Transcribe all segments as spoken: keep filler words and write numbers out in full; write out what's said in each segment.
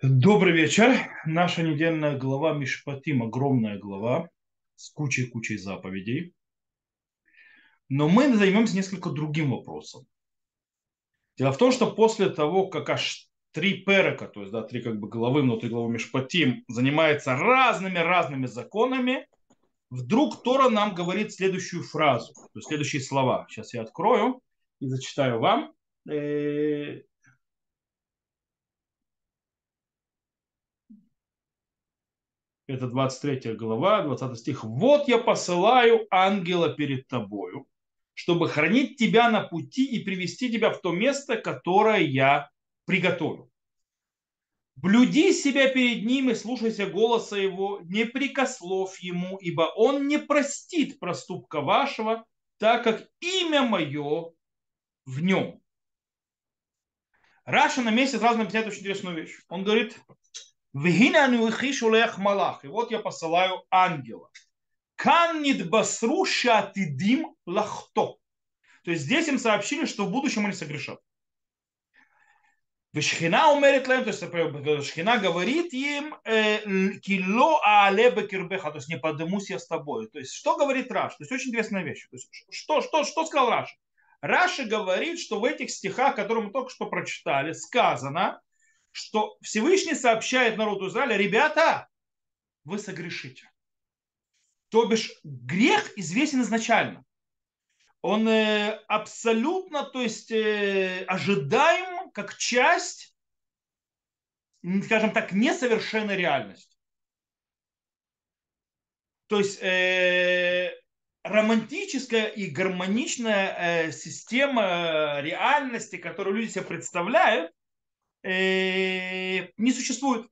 Добрый вечер. Наша недельная глава Мишпатим, огромная глава с кучей-кучей заповедей. Но мы займемся несколько другим вопросом. Дело в том, что после того, как аж три перека, то есть да, три как бы главы внутри главы Мишпатим, занимается разными-разными законами, вдруг Тора нам говорит следующую фразу, то есть следующие слова. Сейчас я открою и зачитаю вам. Э, Это двадцать третья глава, двадцатый стих. «Вот я посылаю ангела перед тобою, чтобы хранить тебя на пути и привести тебя в то место, которое я приготовил. Блюди себя перед ним и слушайся голоса его, не прикословь ему, ибо он не простит проступка вашего, так как имя мое в нем». Раша на месте сразу объясняет очень интересную вещь. Он говорит, «Вегина анухи шулех малах». И вот я посылаю ангела. Кан нидбасру шатидим лахто. То есть здесь им сообщили, что в будущем они согрешат. Шхина умерит лем, то есть Шхина говорит им, кило аале бекирбеха, то есть не подымусь я с тобой. То есть что говорит Раш? То есть очень интересная вещь. То есть, что, что, что сказал Раш? Раши говорит, что в этих стихах, которые мы только что прочитали, сказано, что Всевышний сообщает народу Израиля, ребята, вы согрешите. То бишь грех известен изначально. Он э, абсолютно, то есть э, ожидаем как часть, скажем так, несовершенной реальности. То есть э, романтическая и гармоничная э, система э, реальности, которую люди себе представляют, э, не существует.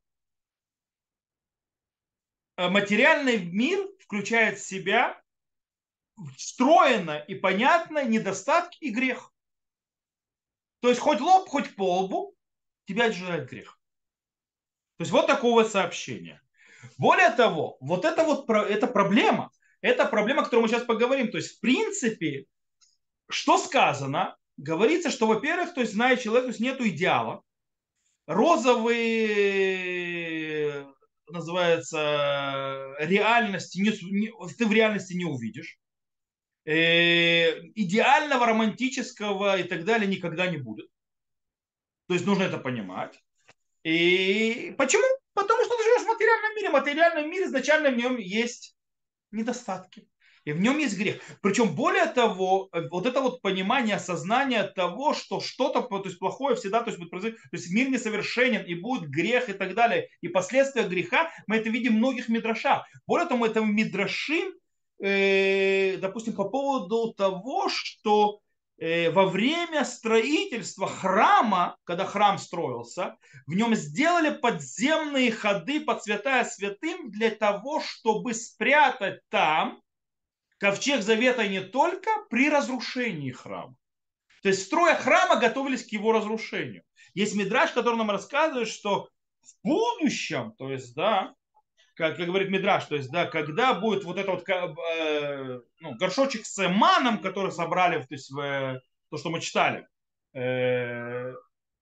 Материальный мир включает в себя встроено и понятно недостатки и грех. То есть хоть лоб, хоть по лбу тебя ожидает грех. То есть вот такого сообщения. Более того, вот это вот это проблема. Это проблема, о которой мы сейчас поговорим. То есть, в принципе, что сказано? Говорится, что, во-первых, то есть, зная человека, то есть нету идеала. Розовые, называется, реальности, не, не, ты в реальности не увидишь. Э, идеального, романтического и так далее никогда не будет. То есть нужно это понимать. И почему? Потому что ты живешь в материальном мире. В материальном мире изначально в нем есть недостатки. И в нем есть грех. Причем более того, вот это вот понимание, осознание того, что что-то то есть плохое всегда то есть, будет произойти, то есть мир несовершенен и будет грех и так далее. И последствия греха мы это видим в многих мидрашах. Более того, мы это в мидрашим, э, допустим, по поводу того, что э, во время строительства храма, когда храм строился, в нем сделали подземные ходы под святая святым для того, чтобы спрятать там ковчег завета не только при разрушении храма. То есть, строя храма, готовились к его разрушению. Есть мидраш, который нам рассказывает, что в будущем, то есть, да, как, как говорит мидраш, то есть, да, когда будет вот этот вот э, ну, горшочек с маном, который собрали, то есть, в, то, что мы читали, э,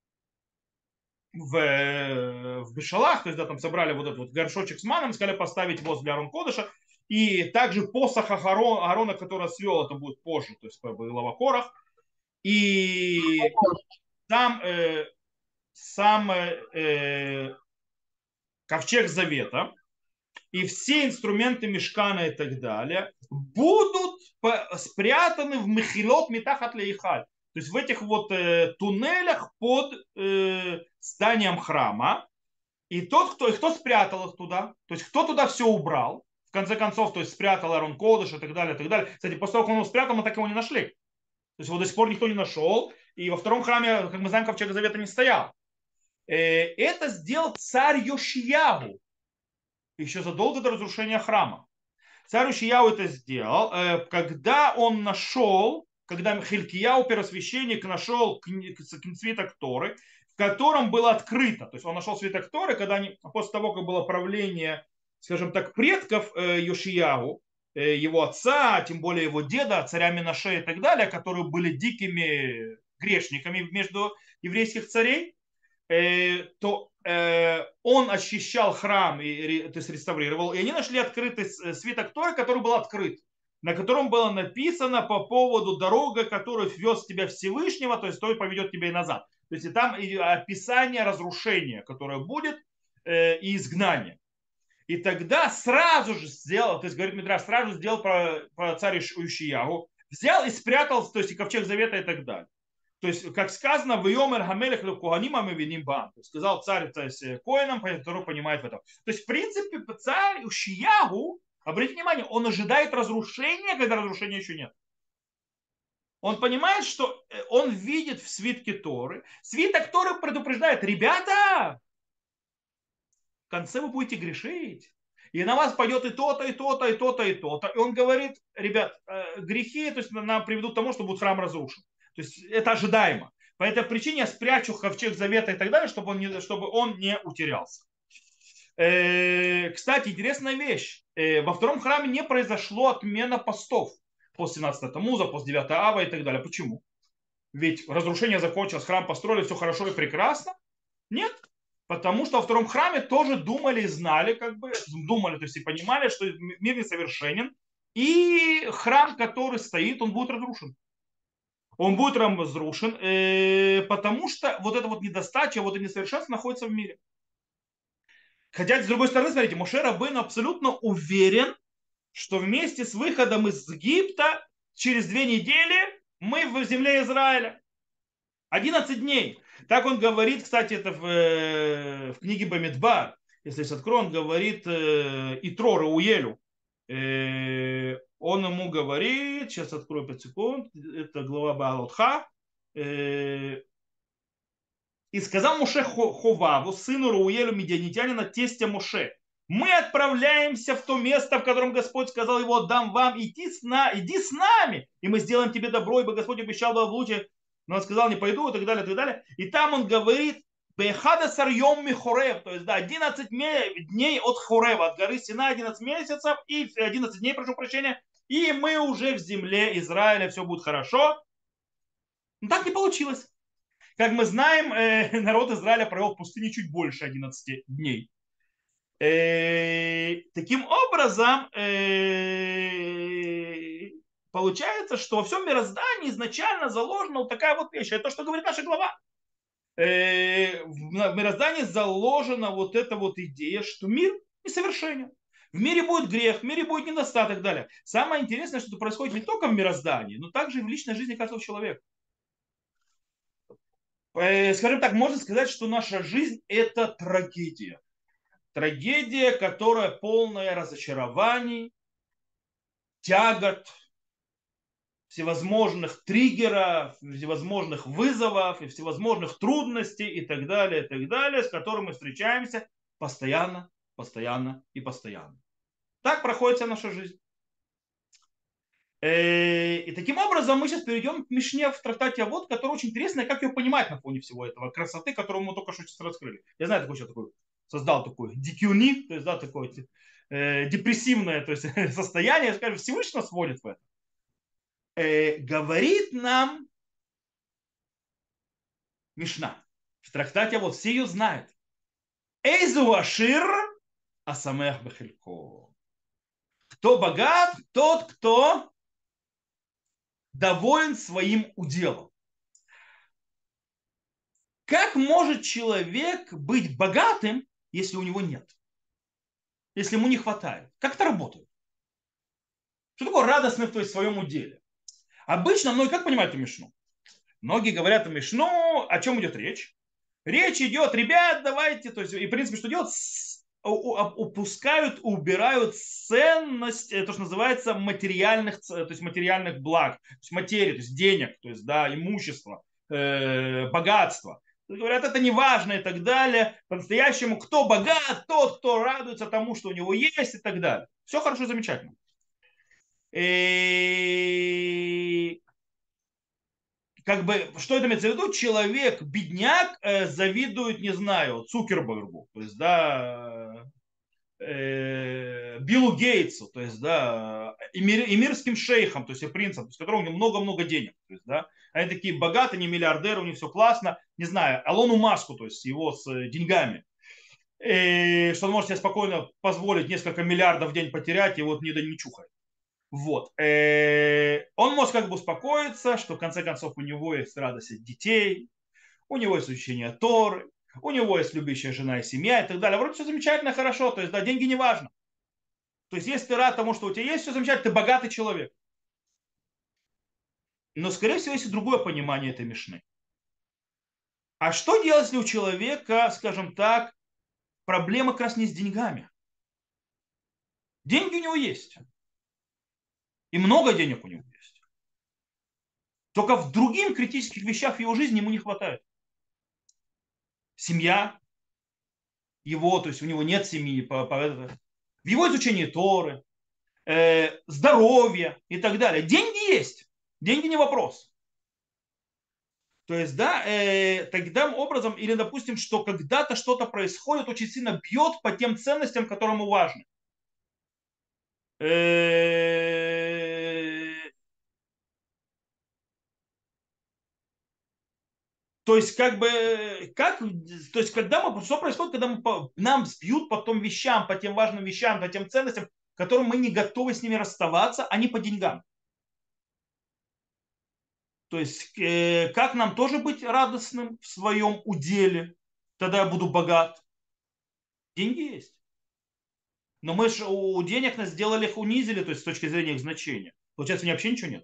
в, в Бешалах, то есть да, там собрали вот этот вот горшочек с маном, сказали поставить возле Арон Кодыша, и также посох Аарона, Аарона, который свел, это будет позже, то есть глава Корах, и там э, сам э, ковчег завета и все инструменты мешкана и так далее будут спрятаны в мехилот метахат лейхаль. То есть в этих вот э, туннелях под э, зданием храма. И тот, кто, и кто спрятал их туда, то есть кто туда все убрал, в конце концов, то есть спрятал Арон Кодыш и так далее, и так далее. Кстати, после того, как он его спрятал, мы так его не нашли. То есть его до сих пор никто не нашел. И во втором храме, как мы знаем, ковчег завета не стоял. Э, Это сделал царь Йошиягу еще задолго до разрушения храма. Царь Йошияу это сделал, э, когда он нашел, когда Хилькияу, первосвященник, нашел свиток Торы, в котором было открыто. То есть он нашел свиток Торы, когда они, после того, как было правление, скажем так, предков э, Йошияу, э, его отца, тем более его деда, царя Минаше и так далее, которые были дикими грешниками между еврейских царей, э, то э, он очищал храм, и, то есть реставрировал, и они нашли открытый свиток Торы, который был открыт, на котором было написано по поводу дорога, которую вез тебя Всевышнего, то есть той поведет тебя и назад. То есть и там и описание разрушения, которое будет, э, и изгнания. И тогда сразу же сделал, то есть, говорит Мидраш, сразу сделал про, про царя Ушиягу, взял и спрятал, то есть и ковчег завета и так далее. То есть, как сказано, в Йомер Хамелех Куанима мы виним бам. Сказал царь, то есть Коинам, который понимает в этом. То есть, в принципе, царь Ушиягу, обратите внимание, он ожидает разрушения, когда разрушения еще нет. Он понимает, что он видит в свитке Торы. Свиток Торы предупреждает: ребята, в конце вы будете грешить. И на вас пойдет и то-то, и то-то, и то-то, и то-то. И он говорит: ребят, грехи, то есть, нам приведут к тому, что будет храм разрушен. То есть это ожидаемо. По этой причине я спрячу ковчег завета и так далее, чтобы он не, чтобы он не утерялся. Кстати, интересная вещь. Во втором храме не произошло отмена постов после семнадцатого Тамуза, после девятого Ава и так далее. Почему? Ведь разрушение закончилось, храм построили, все хорошо и прекрасно. Нет. Потому что во втором храме тоже думали и знали, как бы, думали, то есть и понимали, что мир несовершенен, и храм, который стоит, он будет разрушен. Он будет разрушен, потому что вот эта вот недостача, вот это несовершенство находится в мире. Хотя, с другой стороны, смотрите, Моше Рабейну абсолютно уверен, что вместе с выходом из Египта через две недели мы в земле Израиля. одиннадцать дней. Так он говорит, кстати, это в, в книге Бамидбар. Если я открою, он говорит э, Итро Рауелю. Э, он ему говорит, сейчас открою пять секунд, это глава Баалотха. Э, и сказал Моше Ховаву, сыну Рауелю Медианитянина, тестя Моше: мы отправляемся в то место, в котором Господь сказал: его отдам вам, иди с, на, иди с нами, и мы сделаем тебе добро, ибо Господь обещал в луче. Но он сказал: не пойду, и так далее, и так далее. И там он говорит: Бехада сарьем михорев, то есть да, одиннадцать дней от Хорева, от горы Сина, одиннадцать месяцев, и одиннадцать дней, прошу прощения, и мы уже в земле Израиля, все будет хорошо. Но так не получилось. Как мы знаем, народ Израиля провел в пустыне чуть больше одиннадцати дней. Таким образом, получается, что во всем мироздании изначально заложена вот такая вот вещь. Это то, что говорит наша глава. В мироздании заложена вот эта вот идея, что мир несовершенен. В мире будет грех, в мире будет недостаток и так далее. Самое интересное, что это происходит не только в мироздании, но также и в личной жизни каждого человека. Скажем так, можно сказать, что наша жизнь – это трагедия. Трагедия, которая полная разочарований, тягот, всевозможных триггеров, всевозможных вызовов и всевозможных трудностей и так далее, и так далее, с которыми мы встречаемся постоянно, постоянно и постоянно. Так проходит вся наша жизнь. И таким образом мы сейчас перейдем к Мишне в трактате Авот, который очень интересный, как ее понимать на фоне всего этого, красоты, которую мы только что сейчас раскрыли. Я знаю, такой, что такой, создал такой дикюни, то есть, да, такое э, депрессивное, то есть, состояние, скажем, Всевышний нас вводит в это. Э, говорит нам Мишна в трактате Авот, все ее знают. Эйзу ашир асамех бехелько. Кто богат, тот, кто доволен своим уделом. Как может человек быть богатым, если у него нет? Если ему не хватает? Как это работает? Что такое радостный в своем уделе? Обычно, многие как понимают эту Мишну? Многие говорят о Мишну, о чем идет речь? Речь идет: ребят, давайте, то есть, и в принципе, что делают? Упускают, убирают ценность, то, что называется, материальных, то есть материальных благ, то есть материи, то есть денег, то есть, да, имущества, э, богатства. Говорят, это не важно и так далее. По-настоящему, кто богат, тот, кто радуется тому, что у него есть и так далее. Все хорошо, замечательно. И как бы, что это имеется в виду? Человек, бедняк, завидует, не знаю, Цукербергу. То есть, да, э, Биллу Гейтсу, то есть, да, эмир, эмирским шейхам, то есть, и принцам, то есть, у которых у него много-много денег, то есть, да, они такие богатые, не миллиардеры, у них все классно, не знаю, Алону Маску, то есть, его с э, деньгами, и что он может себе спокойно позволить несколько миллиардов в день потерять, и вот не, да не чухает. Вот. Э, Он может как бы успокоиться, что в конце концов у него есть радость от детей, у него есть изучение Торы, у него есть любящая жена и семья и так далее. Вроде все замечательно, хорошо, то есть, да, деньги не важно. То есть, если ты рад тому, что у тебя есть, все замечательно, ты богатый человек. Но, скорее всего, есть и другое понимание этой мишны. А что делать, если у человека, скажем так, проблема как раз не с деньгами? Деньги у него есть. И много денег у него есть. Только в других критических вещах в его жизни ему не хватает. Семья его, то есть у него нет семьи, по, по, в его изучении Торы, э, здоровье и так далее. Деньги есть. Деньги не вопрос. То есть, да, э, таким образом, или, допустим, что когда-то что-то происходит, очень сильно бьет по тем ценностям, которые ему важны. Э, то есть, как бы, как, то есть, когда мы, что происходит, когда мы, по- нам сбьют по тем вещам, по тем важным вещам, по тем ценностям, которым мы не готовы с ними расставаться, а не по деньгам. То есть, э, как нам тоже быть радостным в своем уделе, тогда я буду богат. Деньги есть. Но мы же у денег нас сделали их унизили, то есть с точки зрения их значения. Получается, у них вообще ничего нет.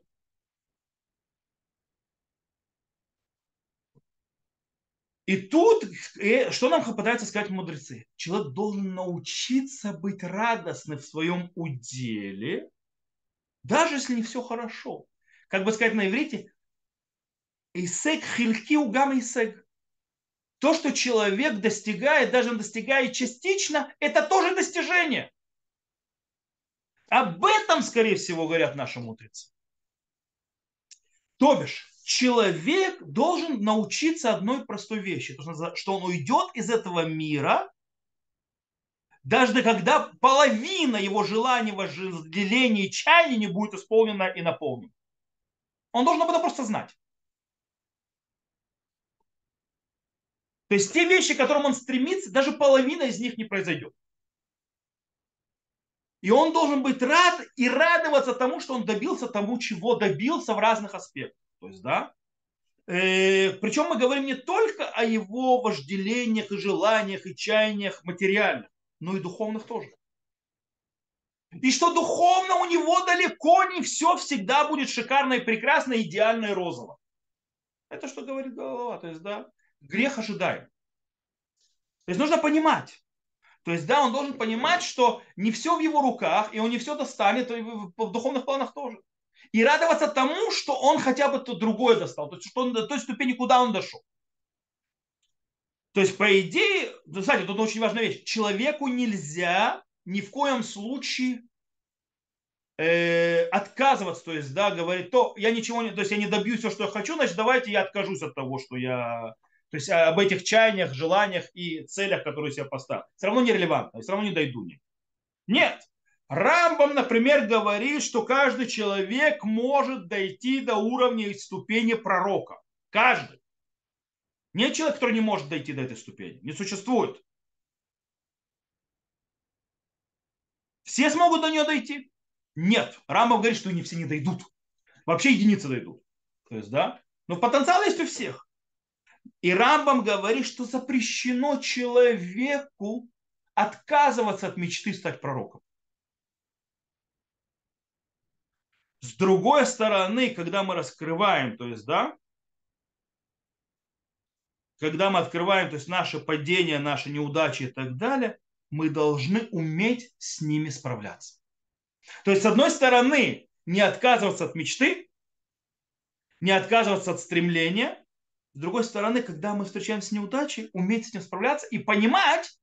И тут, э, что нам пытаются сказать мудрецы? Человек должен научиться быть радостным в своем уделе, даже если не все хорошо. Как бы сказать на иврите, исег хильки угам исег. То, что человек достигает, даже он достигает частично, это тоже достижение. Об этом, скорее всего, говорят наши мудрецы. То бишь, человек должен научиться одной простой вещи, что он уйдет из этого мира, даже когда половина его желаний, вожделений, чаяний не будет исполнена и наполнена. Он должен об этом просто знать. То есть те вещи, к которым он стремится, даже половина из них не произойдет. И он должен быть рад и радоваться тому, что он добился тому, чего добился в разных аспектах. То есть, да, Э, причем мы говорим не только о его вожделениях и желаниях и чаяниях материальных, но и духовных тоже. И что духовно у него далеко не все всегда будет шикарно и прекрасно, идеально и розово. Это что говорит голова. То есть, да, грех ожидаем. То есть нужно понимать. То есть, да, он должен понимать, что не все в его руках, и он не все достанет, и в в духовных планах тоже. И радоваться тому, что он хотя бы то другое достал, то есть, что он до той ступени, куда он дошел. То есть, по идее, ну, кстати, тут очень важная вещь. Человеку нельзя ни в коем случае э, отказываться, то есть, да, говорить, то я ничего не, то есть я не добьюсь все, что я хочу, значит, давайте я откажусь от того, что я, то есть об этих чаяниях, желаниях и целях, которые себе поставил. Все равно нерелевантно, все равно не дойду. Нет. Рамбам, например, говорит, что каждый человек может дойти до уровня и ступени пророка. Каждый. Нет человека, который не может дойти до этой ступени. Не существует. Все смогут до нее дойти? Нет. Рамбов говорит, что не все не дойдут. Вообще единицы дойдут. То есть, да? Но потенциал есть у всех. И Рамбам говорит, что запрещено человеку отказываться от мечты стать пророком. С другой стороны, когда мы раскрываем, то есть, да, когда мы открываем, то есть, наши падения, наши неудачи и так далее, мы должны уметь с ними справляться. То есть, с одной стороны, не отказываться от мечты, не отказываться от стремления. С другой стороны, когда мы встречаемся с неудачей, уметь с ним справляться и понимать,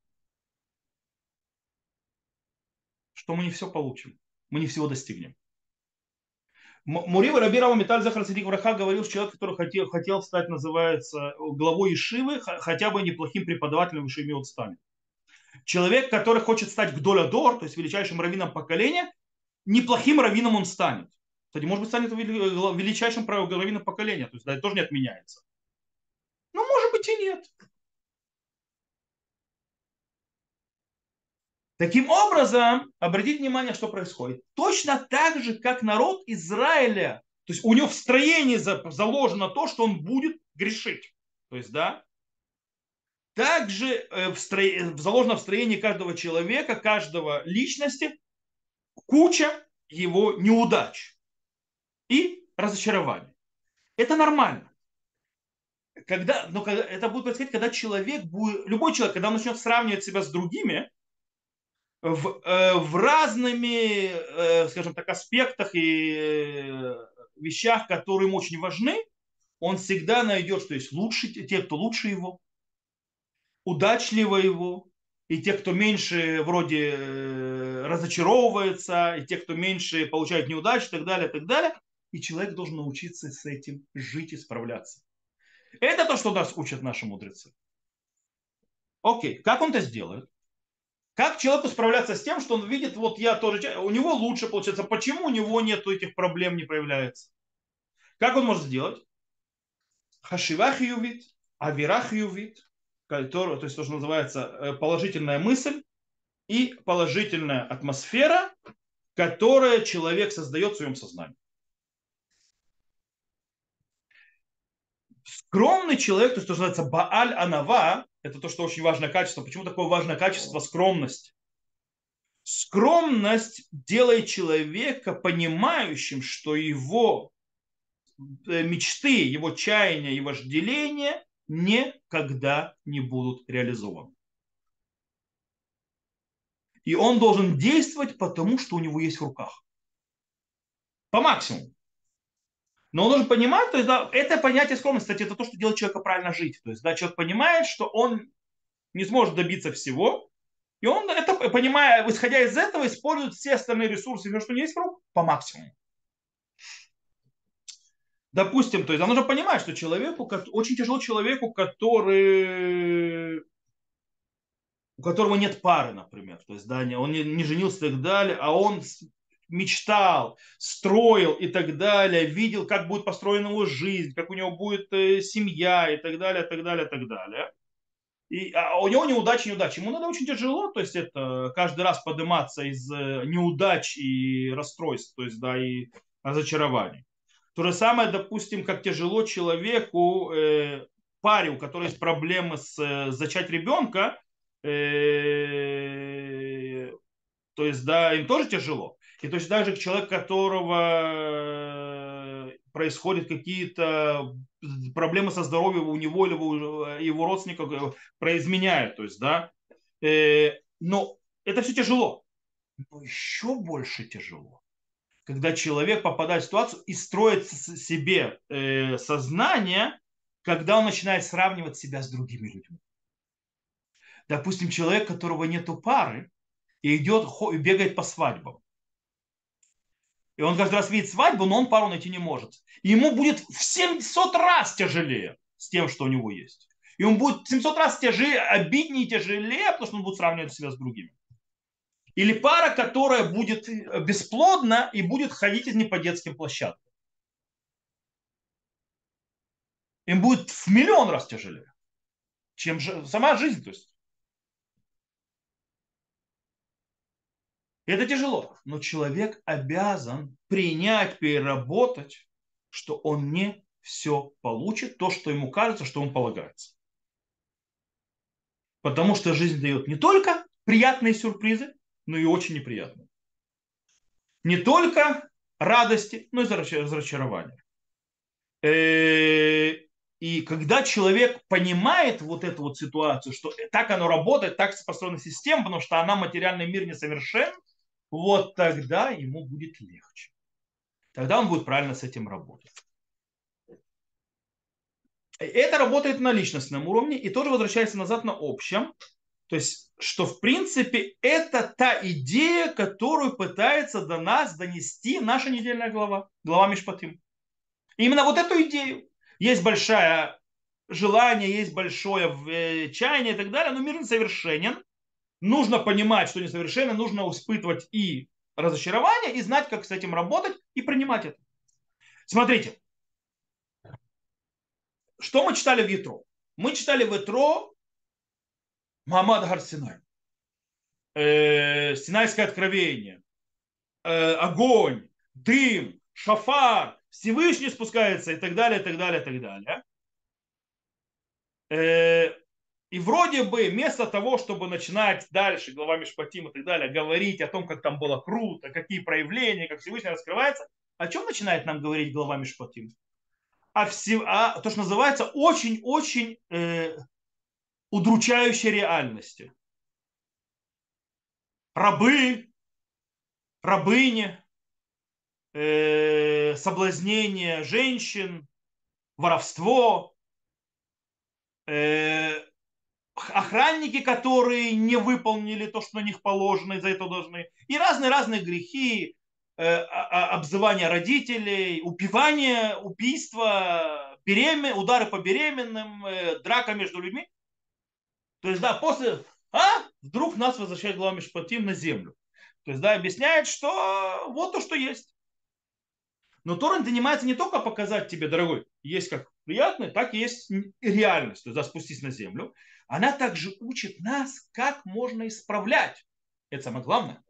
что мы не все получим, мы не всего достигнем. Мурива Рабирова Металь Захар Сидик Враха говорил, что человек, который хотел, хотел стать, называется, главой Ишивы, хотя бы неплохим преподавателем в Ишиве он станет. Человек, который хочет стать гдолядор, то есть величайшим раввином поколения, неплохим раввином он станет. Кстати, может быть, станет величайшим раввином поколения, то есть да, это тоже не отменяется. Ну, может быть и нет. Таким образом, обратите внимание, что происходит. Точно так же, как народ Израиля, то есть у него в строении заложено то, что он будет грешить. То есть, да, также э, в стро... заложено в строении каждого человека, каждого личности куча его неудач и разочарований. Это нормально. Когда, но когда, это будет происходить, когда человек будет, любой человек, когда он начнет сравнивать себя с другими, в, э, в разными, э, скажем так, аспектах и э, вещах, которые ему очень важны, он всегда найдет, что есть лучше, те, кто лучше его, удачливо его, и те, кто меньше вроде э, разочаровывается, и те, кто меньше получает неудачи, и так далее, и так далее. И человек должен научиться с этим жить и справляться. Это то, что нас учат наши мудрецы. Окей, как он это сделает? Как человеку справляться с тем, что он видит, вот я тоже, у него лучше получается, почему у него нет этих проблем, не проявляется? Как он может сделать? Хашивах ювит, авирах ювит, который, то есть то, что называется э, положительная мысль и положительная атмосфера, которую человек создает в своем сознании. Скромный человек, то есть то, что называется Бааль Анава, это то, что очень важное качество. Почему такое важное качество скромность? Скромность делает человека понимающим, что его мечты, его чаяния и вожделения никогда не будут реализованы. И он должен действовать потому, что у него есть в руках. По максимуму. Но он должен понимать, то есть да, это понятие скромности, кстати, это то, что делает человека правильно жить. То есть да, человек понимает, что он не сможет добиться всего, и он это, понимая, исходя из этого, использует все остальные ресурсы, все, что у него есть в руках, по максимуму. Допустим, то есть, а нужно понимать, что человеку, очень тяжело человеку, который, у которого нет пары, например, то есть, да, он не, не женился и так далее, а он мечтал, строил и так далее, видел, как будет построена его жизнь, как у него будет э, семья и так далее, и так далее, и так далее. И, а у него неудачи, неудачи. Ему надо очень тяжело, то есть это каждый раз подниматься из э, неудач и расстройств, то есть, да, и разочарований. То же самое, допустим, как тяжело человеку, э, паре, у которой есть проблемы с э, зачать ребенка, э, то есть, да, им тоже тяжело. И точно так же человек, которого э, происходят какие-то проблемы со здоровьем у него или у его родственников, э, произменяют, то есть, да. Э, Но это все тяжело. Но еще больше тяжело, когда человек попадает в ситуацию и строит себе э, сознание, когда он начинает сравнивать себя с другими людьми. Допустим, человек, у которого нету пары, и идет, и бегает по свадьбам. И он каждый раз видит свадьбу, но он пару найти не может. И ему будет в семьсот раз тяжелее с тем, что у него есть. И он будет в семьсот раз тяжелее, обиднее и тяжелее, потому что он будет сравнивать себя с другими. Или пара, которая будет бесплодна и будет ходить из не по детским площадкам. Им будет в миллион раз тяжелее, чем сама жизнь. То есть. Это тяжело, но человек обязан принять, переработать, что он не все получит, то, что ему кажется, что он полагается. Потому что жизнь дает не только приятные сюрпризы, но и очень неприятные. Не только радости, но и разочарования. И когда человек понимает вот эту вот ситуацию, что так оно работает, так построена система, потому что она, материальный мир, несовершен, вот тогда ему будет легче. Тогда он будет правильно с этим работать. Это работает на личностном уровне и тоже возвращается назад на общем. То есть, что в принципе это та идея, которую пытается до нас донести наша недельная глава, глава Мишпатим. Именно вот эту идею. Есть большое желание, есть большое чаяние и так далее, но мир несовершенен. нужно понимать, что несовершенно, нужно испытывать и разочарование, и знать, как с этим работать, и принимать это. Смотрите, что мы читали в Ятро? Мы читали в Ятро Муаммад Гар-Синай, э, Синайское откровение, э, огонь, дым, шафар, Всевышний спускается и так далее, и так далее, и так далее. Э, и вроде бы вместо того, чтобы начинать дальше главами Шпатим и так далее, говорить о том, как там было круто, какие проявления, как Всевышний раскрывается, о чем начинает нам говорить главами Шпатим? О, все, о то, что называется очень-очень э, удручающей реальности. Рабы, рабыни, э, соблазнение женщин, воровство, э, охранники, которые не выполнили то, что на них положено, и за это должны, и разные-разные грехи, э, обзывание родителей, убивание, убийство, беремен, удары по беременным, э, драка между людьми. То есть, да, после, а, вдруг нас возвращает глава Мишпатим на землю. То есть, да, объясняет, что вот то, что есть. Но Тора занимается не только показать тебе, дорогой, есть как приятное, так и есть реальность. То есть, да, спустись на землю. Она также учит нас, как можно исправлять. Это самое главное.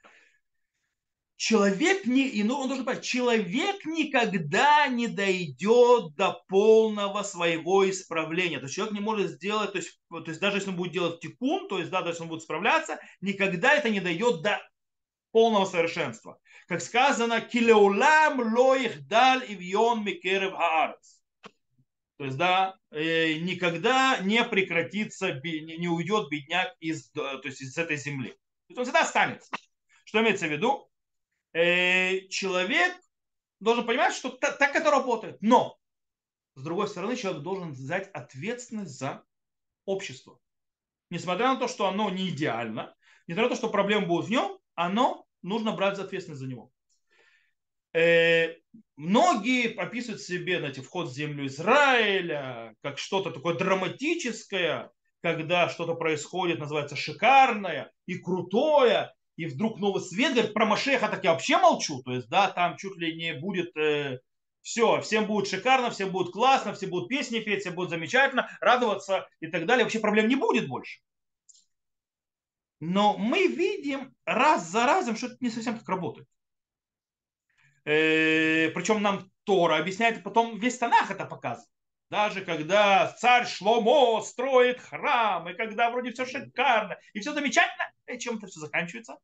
Человек не, и ну, он должен понять, человек никогда не дойдет до полного своего исправления. То есть человек не может сделать, то есть, то есть даже если он будет делать тикун, то есть да, даже если он будет справляться, никогда это не дойдет до полного совершенства. Как сказано, килеулам лоих даль ивьон микерев хаарец. То есть, да, э, никогда не прекратится, не, не уйдет бедняк из, то есть, из этой земли. То есть он всегда останется. Что имеется в виду? Э, человек должен понимать, что так, так это работает. Но, с другой стороны, человек должен взять ответственность за общество. Несмотря на то, что оно не идеально, несмотря на то, что проблемы будут в нем, оно нужно брать ответственность за него. Э, многие описывают себе, знаете, вход в землю Израиля как что-то такое драматическое, когда что-то происходит, называется шикарное и крутое, и вдруг новый свет, говорит, про Машеха так я вообще молчу, то есть, да, там чуть ли не будет э, все, всем будет шикарно, всем будет классно, все будут песни петь, все будет замечательно, радоваться и так далее, вообще проблем не будет больше. Но мы видим раз за разом, что это не совсем так работает. Э, причем нам Тора объясняет, потом весь Танах это показывает. Даже когда царь Шломо строит храм, и когда вроде все шикарно, и все замечательно, и чем это все заканчивается?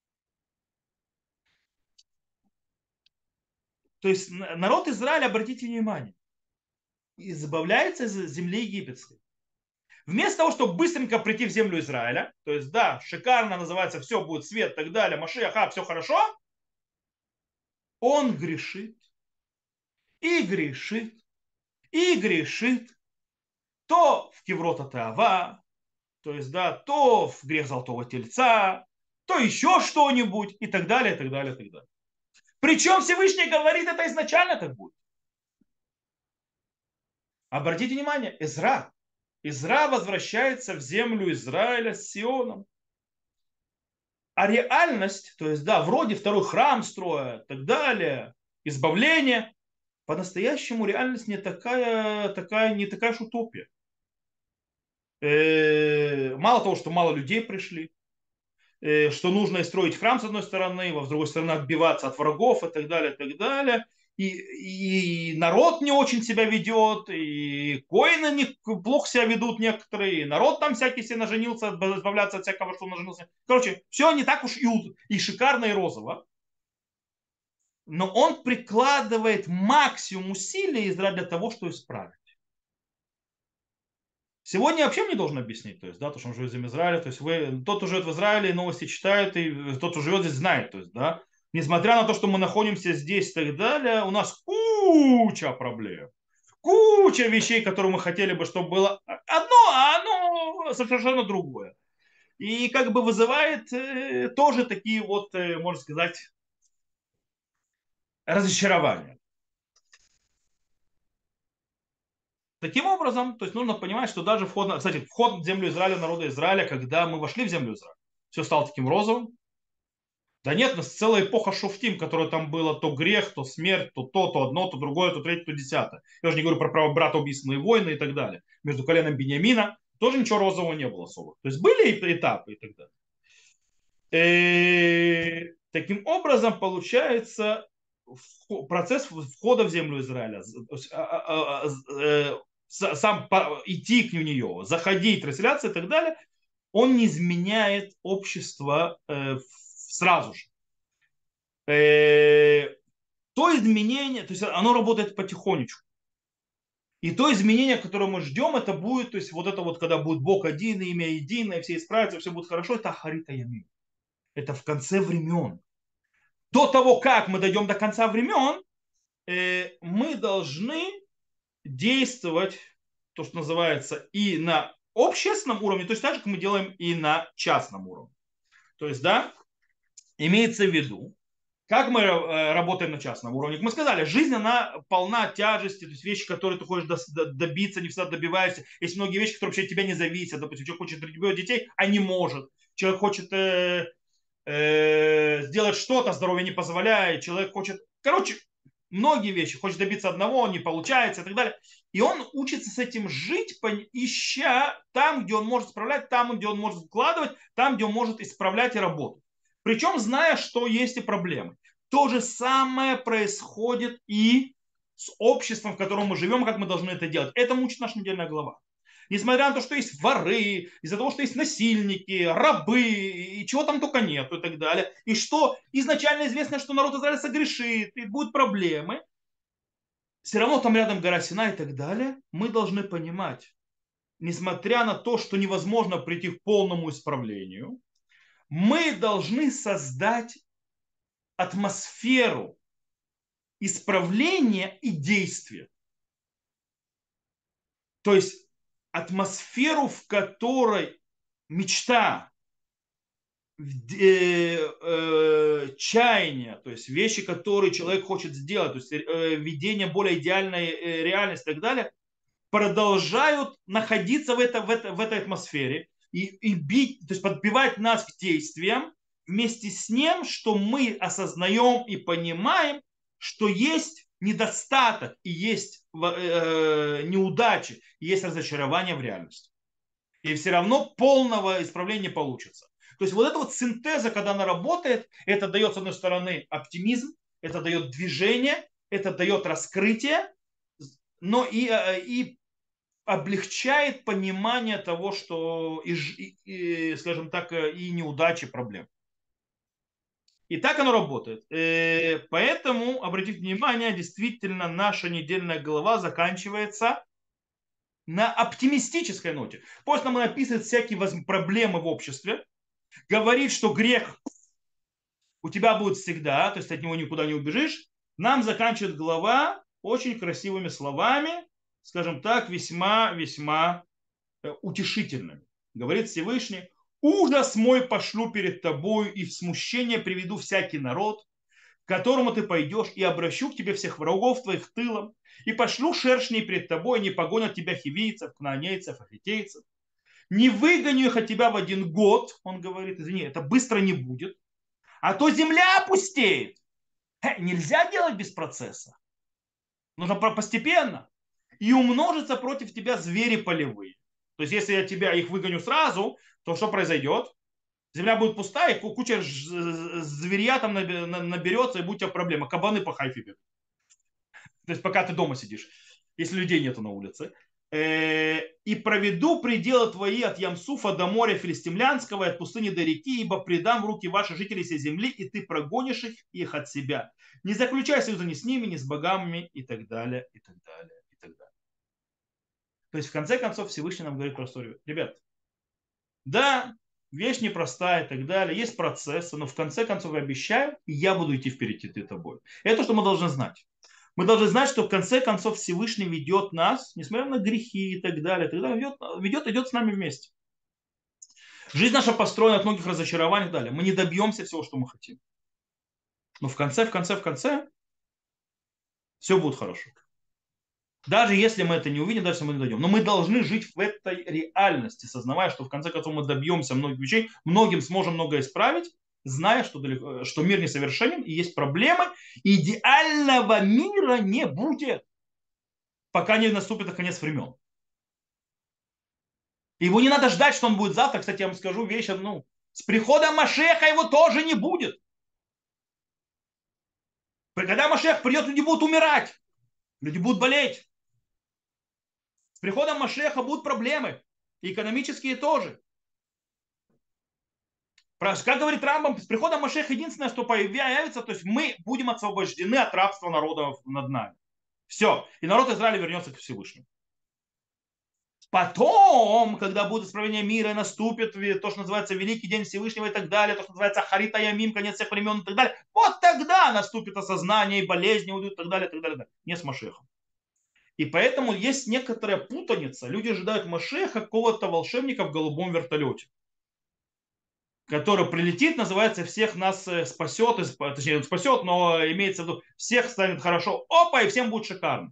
То есть народ Израиля, обратите внимание, избавляется из земли египетской. Вместо того, чтобы быстренько прийти в землю Израиля, то есть, да, шикарно называется, все будет свет и так далее, Машиах, а, все хорошо, он грешит, и грешит, и грешит, то в Кеврота Теава, то есть, да, то в грех золотого тельца, то еще что-нибудь, и так далее, и так далее, и так далее. Причем Всевышний говорит, это изначально так будет. Обратите внимание, Изра. Изра возвращается в землю Израиля с Сионом. А реальность, то есть, да, вроде второй храм строят, и так далее, избавление, по-настоящему реальность не такая, такая, не такая уж утопия. Э, мало того, что мало людей пришли, э, что нужно и строить храм с одной стороны, а с другой стороны отбиваться от врагов и так далее, и так далее. И, и народ не очень себя ведет, и коины не, плохо себя ведут некоторые, и народ там всякий себе наженился, избавляться от всякого, что наженился. Короче, все не так уж и, и шикарно, и розово. Но он прикладывает максимум усилий для того, чтобы исправить. Сегодня я вообще мне должен объяснить, то есть, да, то, что он живет в Израиле, то есть вы, тот, кто живет в Израиле, новости читает, и тот, кто живет здесь, знает, то есть, да, несмотря на то, что мы находимся здесь и так далее, у нас куча проблем, куча вещей, которые мы хотели бы, чтобы было одно, а оно совершенно другое. И как бы вызывает э, тоже такие вот, э, можно сказать, разочарования. Таким образом, то есть нужно понимать, что даже вход, на, кстати, вход в землю Израиля, народа Израиля, когда мы вошли в землю Израиля, все стало таким розовым. Да нет, у нас целая эпоха шуфтим, которая там было то грех, то смерть, то то, то одно, то другое, то третье, то десятое. Я уже не говорю про право брата убийственные войны и так далее. Между коленом Бениамина тоже ничего розового не было особо. То есть были этапы и так далее. И таким образом получается процесс входа в землю Израиля, а, а, а, э, сам идти к нее, заходить, расселяться и так далее, он не изменяет общество э, сразу же. Э, то изменение, то есть оно работает потихонечку. И то изменение, которое мы ждем, это будет, то есть вот это вот, когда будет Бог один, имя единое, все исправятся, все будет хорошо, это Ахарита Ямин. Это в конце времен. До того, как мы дойдем до конца времен, э, мы должны действовать, то, что называется, и на общественном уровне, то есть так же, как мы делаем и на частном уровне. То есть, да, имеется в виду, как мы э, работаем на частном уровне. Как мы сказали, жизнь, она полна тяжести, то есть вещи, которые ты хочешь добиться, не всегда добиваешься. Есть многие вещи, которые вообще от тебя не зависят. Допустим, человек хочет родить детей, а не может. Человек хочет э, э, сделать что-то, здоровье не позволяет. Человек хочет, короче, многие вещи. Хочет добиться одного, не получается и так далее. И он учится с этим жить, ища там, где он может справлять, там, где он может вкладывать, там, где он может исправлять и работать. Причем зная, что есть и проблемы. То же самое происходит и с обществом, в котором мы живем, как мы должны это делать. Это учит наша недельная глава. Несмотря на то, что есть воры, из-за того, что есть насильники, рабы, и чего там только нет, и так далее. И что изначально известно, что народ Израиля согрешит, и будут проблемы. Все равно там рядом гора Сина и так далее. Мы должны понимать, несмотря на то, что невозможно прийти к полному исправлению, мы должны создать атмосферу исправления и действия. То есть атмосферу, в которой мечта, э, э, чаяния, то есть вещи, которые человек хочет сделать, то есть э, видение более идеальной э, реальности и так далее, продолжают находиться в, это, в, это, в этой атмосфере и, и бить, то есть подбивать нас к действиям вместе с тем, что мы осознаем и понимаем, что есть недостаток и есть э, неудачи, и есть разочарование в реальности. И все равно полного исправления не получится. То есть вот это вот синтеза, когда она работает, это дает, с одной стороны, оптимизм, это дает движение, это дает раскрытие, но и, и облегчает понимание того, что, и, и, скажем так, и неудачи, проблем. И так оно работает. Поэтому, обратите внимание, действительно наша недельная глава заканчивается на оптимистической ноте. После нам описывает всякие проблемы в обществе, говорит, что грех у тебя будет всегда, то есть от него никуда не убежишь. Нам заканчивает глава очень красивыми словами, скажем так, весьма-весьма утешительными. Говорит Всевышний: ужас мой пошлю перед тобою, и в смущение приведу всякий народ, к которому ты пойдешь, и обращу к тебе всех врагов твоих тылом, и пошлю шершней перед тобой, и не погонят тебя хивийцев, кнаанейцев, ахитейцев. Не выгоню их от тебя в один год, он говорит, извини, это быстро не будет, а то земля опустеет. Э, нельзя делать без процесса. Нужно постепенно. И умножится против тебя звери полевые. То есть, если я тебя их выгоню сразу, то что произойдет? Земля будет пустая, и куча зверя там наберется, и будет у тебя проблема. Кабаны по хайфе бегают. То есть, пока ты дома сидишь, если людей нету на улице. И проведу пределы твои от Ямсуфа до моря Филистимлянского, и от пустыни до реки, ибо предам в руки ваши жителей всей земли, и ты прогонишь их, их от себя. Не заключай союза ни с ними, ни с богами, и так далее, и так далее, и так далее. То есть, в конце концов, Всевышний нам говорит простую: ребят, да, вещь непростая и так далее, есть процессы, но в конце концов я обещаю, я буду идти впереди тобой. Это то, что мы должны знать. Мы должны знать, что в конце концов Всевышний ведет нас, несмотря на грехи и так далее, тогда ведет, ведет, идет с нами вместе. Жизнь наша построена от многих разочарований и так далее. Мы не добьемся всего, что мы хотим. Но в конце, в конце, в конце все будет хорошо. Даже если мы это не увидим, даже если мы не дойдем. Но мы должны жить в этой реальности, сознавая, что в конце концов мы добьемся многих вещей, многим сможем многое исправить, зная, что, далеко, что мир несовершенен и есть проблемы. Идеального мира не будет, пока не наступит конец времен. Его не надо ждать, что он будет завтра. Кстати, я вам скажу вещь одну. С приходом Машеха его тоже не будет. Когда Машех придет, люди будут умирать. Люди будут болеть. С приходом Машеха будут проблемы. И экономические тоже. Как говорит Рамбам, с приходом Машеха единственное, что появится, то есть мы будем освобождены от рабства народов над нами. Все. И народ Израиля вернется к Всевышнему. Потом, когда будет исправление мира, наступит то, что называется Великий день Всевышнего и так далее, то, что называется Харита Ямим, конец всех времен и так далее, вот тогда наступит осознание и болезни уйдут и так далее, и так далее. Не с Машехом. И поэтому есть некоторая путаница. Люди ожидают Машеха, какого-то волшебника в голубом вертолете, который прилетит, называется, всех нас спасет, точнее, он спасет, но имеется в виду, всех станет хорошо, опа, и всем будет шикарно.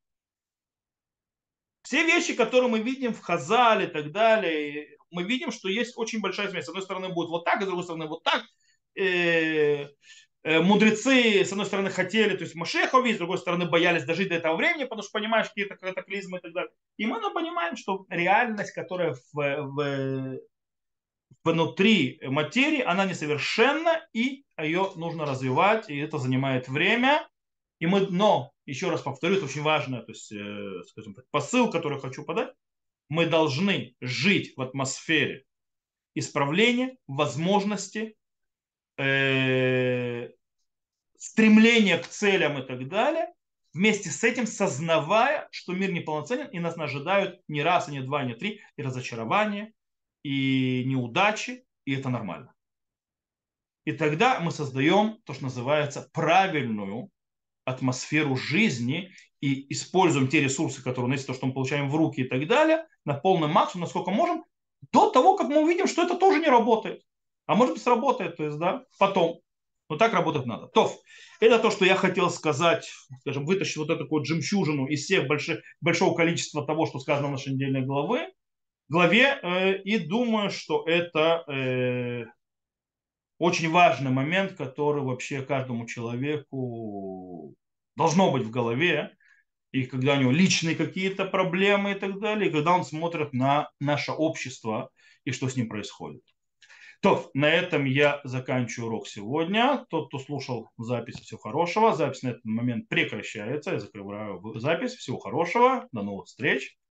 Все вещи, которые мы видим в Хазале и так далее, мы видим, что есть очень большая смесь. С одной стороны будет вот так, с другой стороны вот так. Э, э, Мудрецы, с одной стороны, хотели, то есть Машеха увидеть, с другой стороны, боялись дожить до этого времени, потому что понимаешь какие-то катаклизмы и так далее. И мы ну, понимаем, что реальность, которая в, в, внутри материи, она несовершенна, и ее нужно развивать, и это занимает время. И мы, но, еще раз повторю, это очень важно, то есть, э, скажем так, посыл, который хочу подать, мы должны жить в атмосфере исправления, возможности, э, стремления к целям и так далее, вместе с этим сознавая, что мир неполноценен, и нас ожидают не раз, и не два, и не три, и разочарования, и неудачи, и это нормально. И тогда мы создаем то, что называется правильную атмосферу жизни и используем те ресурсы, которые у нас есть, то, что мы получаем в руки и так далее, на полный максимум, насколько можем, до того, как мы увидим, что это тоже не работает. А может быть сработает, то есть, да, потом. Но так работать надо. То, это то, что я хотел сказать, скажем, вытащить вот эту вот жемчужину из всех больших, большого количества того, что сказано в нашей недельной главе, главе, э, и думаю, что это э, очень важный момент, который вообще каждому человеку должно быть в голове, и когда у него личные какие-то проблемы и так далее, и когда он смотрит на наше общество и что с ним происходит. То, на этом я заканчиваю урок сегодня. Тот, кто слушал запись, всего хорошего. Запись на этот момент прекращается. Я закрываю запись. Всего хорошего. До новых встреч.